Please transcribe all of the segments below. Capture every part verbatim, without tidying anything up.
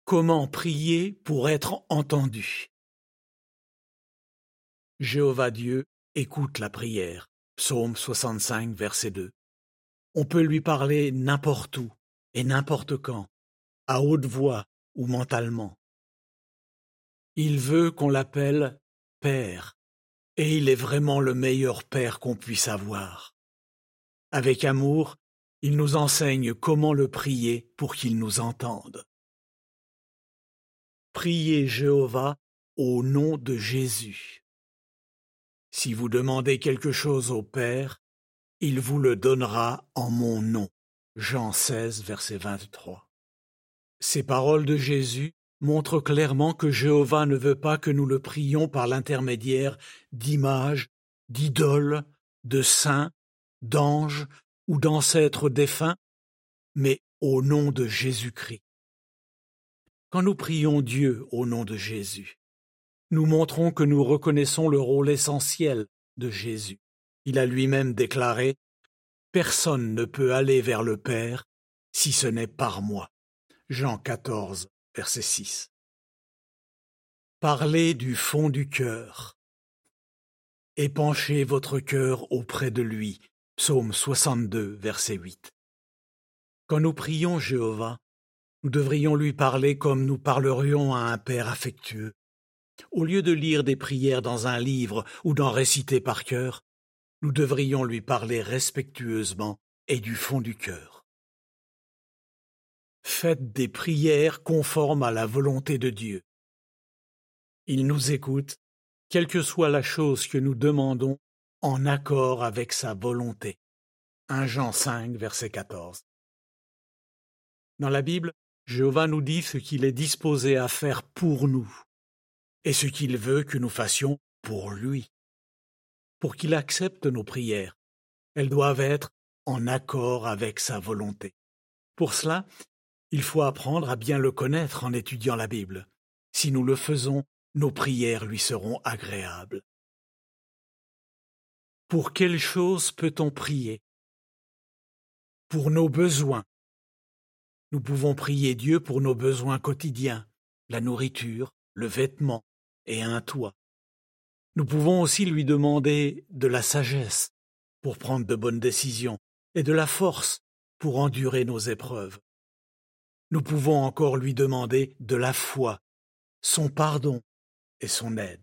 Comment prier pour être entendu? Jéhovah Dieu écoute la prière. Psaume soixante-cinq, verset deux. On peut lui parler n'importe où et n'importe quand, à haute voix ou mentalement. Il veut qu'on l'appelle Père, et il est vraiment le meilleur Père qu'on puisse avoir. Avec amour, il nous enseigne comment le prier pour qu'il nous entende. Priez Jéhovah au nom de Jésus. Si vous demandez quelque chose au Père, il vous le donnera en mon nom. Jean seize, verset vingt-trois. Ces paroles de Jésus montrent clairement que Jéhovah ne veut pas que nous le prions par l'intermédiaire d'images, d'idoles, de saints, d'anges ou d'ancêtres défunts, mais au nom de Jésus-Christ. Quand nous prions Dieu au nom de Jésus, nous montrons que nous reconnaissons le rôle essentiel de Jésus. Il a lui-même déclaré « Personne ne peut aller vers le Père si ce n'est par moi ». Jean quatorze, verset six. Parlez du fond du cœur. Épanchez votre cœur auprès de lui. Psaume soixante-deux, verset huit. Quand nous prions Jéhovah, nous devrions lui parler comme nous parlerions à un père affectueux. Au lieu de lire des prières dans un livre ou d'en réciter par cœur, nous devrions lui parler respectueusement et du fond du cœur. Faites des prières conformes à la volonté de Dieu. Il nous écoute, quelle que soit la chose que nous demandons, en accord avec sa volonté. premier Jean cinq, verset quatorze. Dans la Bible, Jéhovah nous dit ce qu'il est disposé à faire pour nous et ce qu'il veut que nous fassions pour lui. Pour qu'il accepte nos prières, elles doivent être en accord avec sa volonté. Pour cela, il faut apprendre à bien le connaître en étudiant la Bible. Si nous le faisons, nos prières lui seront agréables. Pour quelle chose peut-on prier? Pour nos besoins. Nous pouvons prier Dieu pour nos besoins quotidiens, la nourriture, le vêtement et un toit. Nous pouvons aussi lui demander de la sagesse pour prendre de bonnes décisions et de la force pour endurer nos épreuves. Nous pouvons encore lui demander de la foi, son pardon et son aide.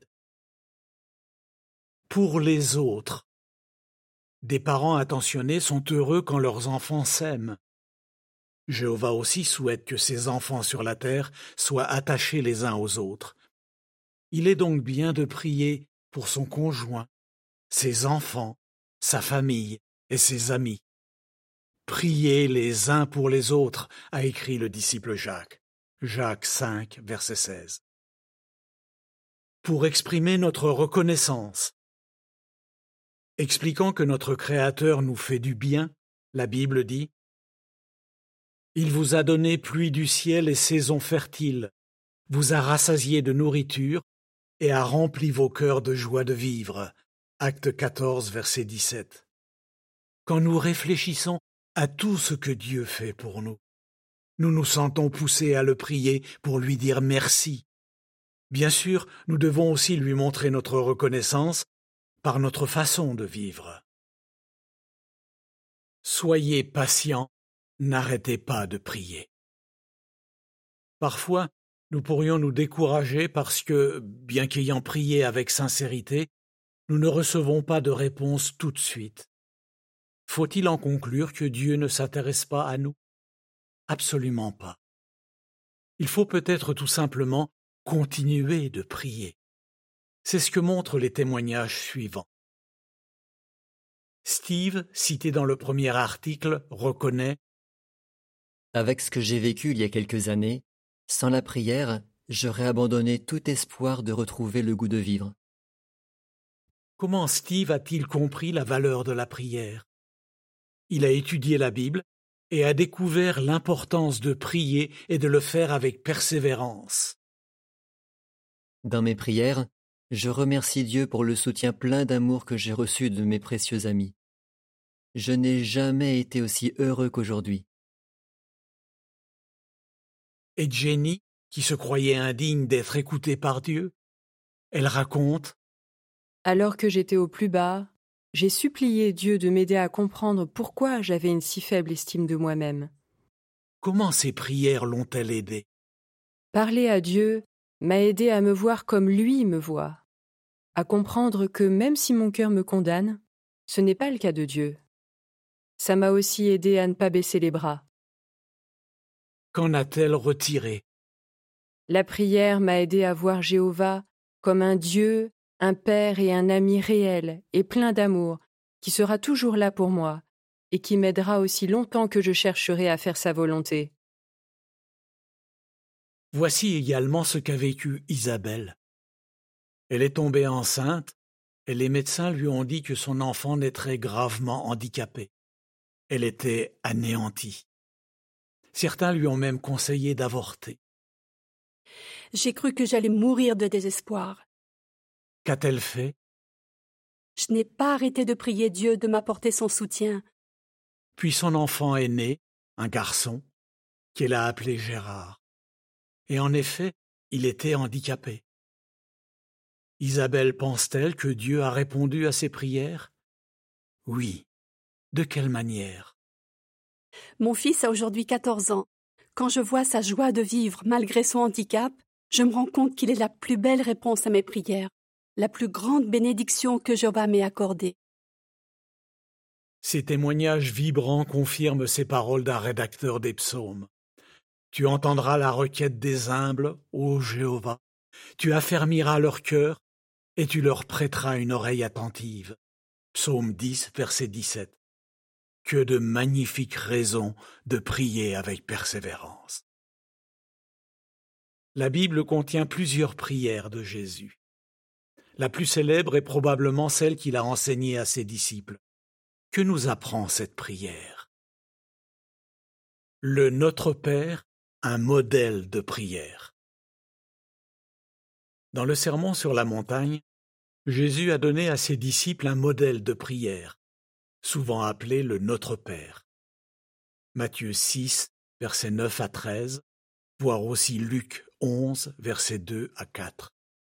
Pour les autres, des parents attentionnés sont heureux quand leurs enfants s'aiment. Jéhovah aussi souhaite que ses enfants sur la terre soient attachés les uns aux autres. Il est donc bien de prier pour son conjoint, ses enfants, sa famille et ses amis. Priez les uns pour les autres, a écrit le disciple Jacques. Jacques cinq, verset seize. Pour exprimer notre reconnaissance. Expliquant que notre Créateur nous fait du bien, la Bible dit « Il vous a donné pluie du ciel et saison fertile, vous a rassasié de nourriture et a rempli vos cœurs de joie de vivre. » Acte quatorze, verset dix-sept. Quand nous réfléchissons à tout ce que Dieu fait pour nous, nous nous sentons poussés à le prier pour lui dire merci. Bien sûr, nous devons aussi lui montrer notre reconnaissance par notre façon de vivre. Soyez patients, n'arrêtez pas de prier. Parfois, nous pourrions nous décourager parce que, bien qu'ayant prié avec sincérité, nous ne recevons pas de réponse tout de suite. Faut-il en conclure que Dieu ne s'intéresse pas à nous? Absolument pas. Il faut peut-être tout simplement continuer de prier. C'est ce que montrent les témoignages suivants. Steve, cité dans le premier article, reconnaît « Avec ce que j'ai vécu il y a quelques années, sans la prière, j'aurais abandonné tout espoir de retrouver le goût de vivre. » Comment Steve a-t-il compris la valeur de la prière? Il a étudié la Bible et a découvert l'importance de prier et de le faire avec persévérance. Dans mes prières, je remercie Dieu pour le soutien plein d'amour que j'ai reçu de mes précieux amis. Je n'ai jamais été aussi heureux qu'aujourd'hui. Et Jenny, qui se croyait indigne d'être écoutée par Dieu. Elle raconte « Alors que j'étais au plus bas, j'ai supplié Dieu de m'aider à comprendre pourquoi j'avais une si faible estime de moi-même. Comment ces prières l'ont-elles aidée? Parler à Dieu m'a aidé à me voir comme lui me voit, à comprendre que même si mon cœur me condamne, ce n'est pas le cas de Dieu. Ça m'a aussi aidé à ne pas baisser les bras. Qu'en a-t-elle retiré? La prière m'a aidé à voir Jéhovah comme un Dieu, un Père et un ami réel et plein d'amour, qui sera toujours là pour moi et qui m'aidera aussi longtemps que je chercherai à faire sa volonté. Voici également ce qu'a vécu Isabelle. Elle est tombée enceinte et les médecins lui ont dit que son enfant naîtrait gravement handicapé. Elle était anéantie. Certains lui ont même conseillé d'avorter. J'ai cru que j'allais mourir de désespoir. Qu'a-t-elle fait? Je n'ai pas arrêté de prier Dieu de m'apporter son soutien. Puis son enfant est né, un garçon, qu'elle a appelé Gérard. Et en effet, il était handicapé. Isabelle pense-t-elle que Dieu a répondu à ses prières? Oui. De quelle manière? Mon fils a aujourd'hui quatorze ans. Quand je vois sa joie de vivre malgré son handicap, je me rends compte qu'il est la plus belle réponse à mes prières, la plus grande bénédiction que Jéhovah m'ait accordée. Ces témoignages vibrants confirment ces paroles d'un rédacteur des psaumes. Tu entendras la requête des humbles, ô Jéhovah, tu affermiras leur cœur et tu leur prêteras une oreille attentive. Psaume dix, verset dix-sept. Que de magnifiques raisons de prier avec persévérance. La Bible contient plusieurs prières de Jésus. La plus célèbre est probablement celle qu'il a enseignée à ses disciples. Que nous apprend cette prière? Le Notre Père, un modèle de prière. Dans le Sermon sur la montagne, Jésus a donné à ses disciples un modèle de prière, souvent appelé le Notre Père. Matthieu six, versets neuf à treize, voire aussi Luc onze, versets deux à quatre.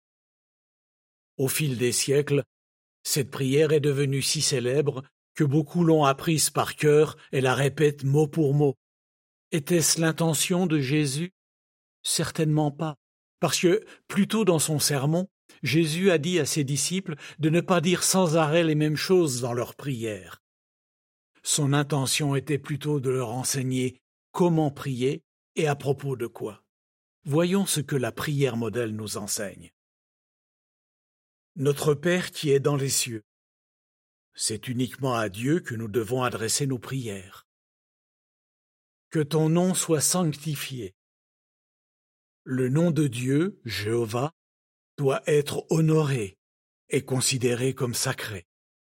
Au fil des siècles, cette prière est devenue si célèbre que beaucoup l'ont apprise par cœur et la répètent mot pour mot. Était-ce l'intention de Jésus? Certainement pas, parce que, plus tôt dans son sermon, Jésus a dit à ses disciples de ne pas dire sans arrêt les mêmes choses dans leurs prières. Son intention était plutôt de leur enseigner comment prier et à propos de quoi. Voyons ce que la prière modèle nous enseigne. Notre Père qui est dans les cieux. C'est uniquement à Dieu que nous devons adresser nos prières. Que ton nom soit sanctifié. Le nom de Dieu, Jéhovah, doit être honoré et considéré comme sacré.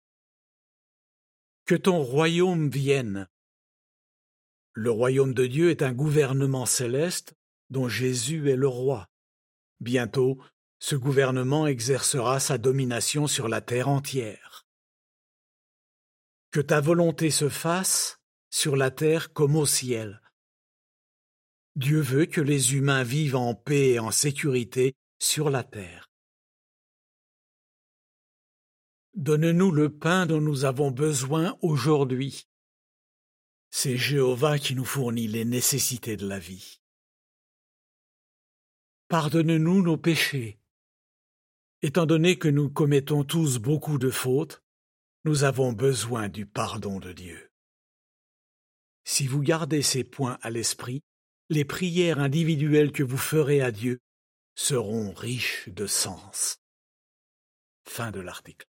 Que ton royaume vienne. Le royaume de Dieu est un gouvernement céleste dont Jésus est le roi. Bientôt, ce gouvernement exercera sa domination sur la terre entière. Que ta volonté se fasse sur la terre comme au ciel. Dieu veut que les humains vivent en paix et en sécurité sur la terre. Donne-nous le pain dont nous avons besoin aujourd'hui. C'est Jéhovah qui nous fournit les nécessités de la vie. Pardonne-nous nos péchés. Étant donné que nous commettons tous beaucoup de fautes, nous avons besoin du pardon de Dieu. Si vous gardez ces points à l'esprit, les prières individuelles que vous ferez à Dieu seront riches de sens. Fin de l'article.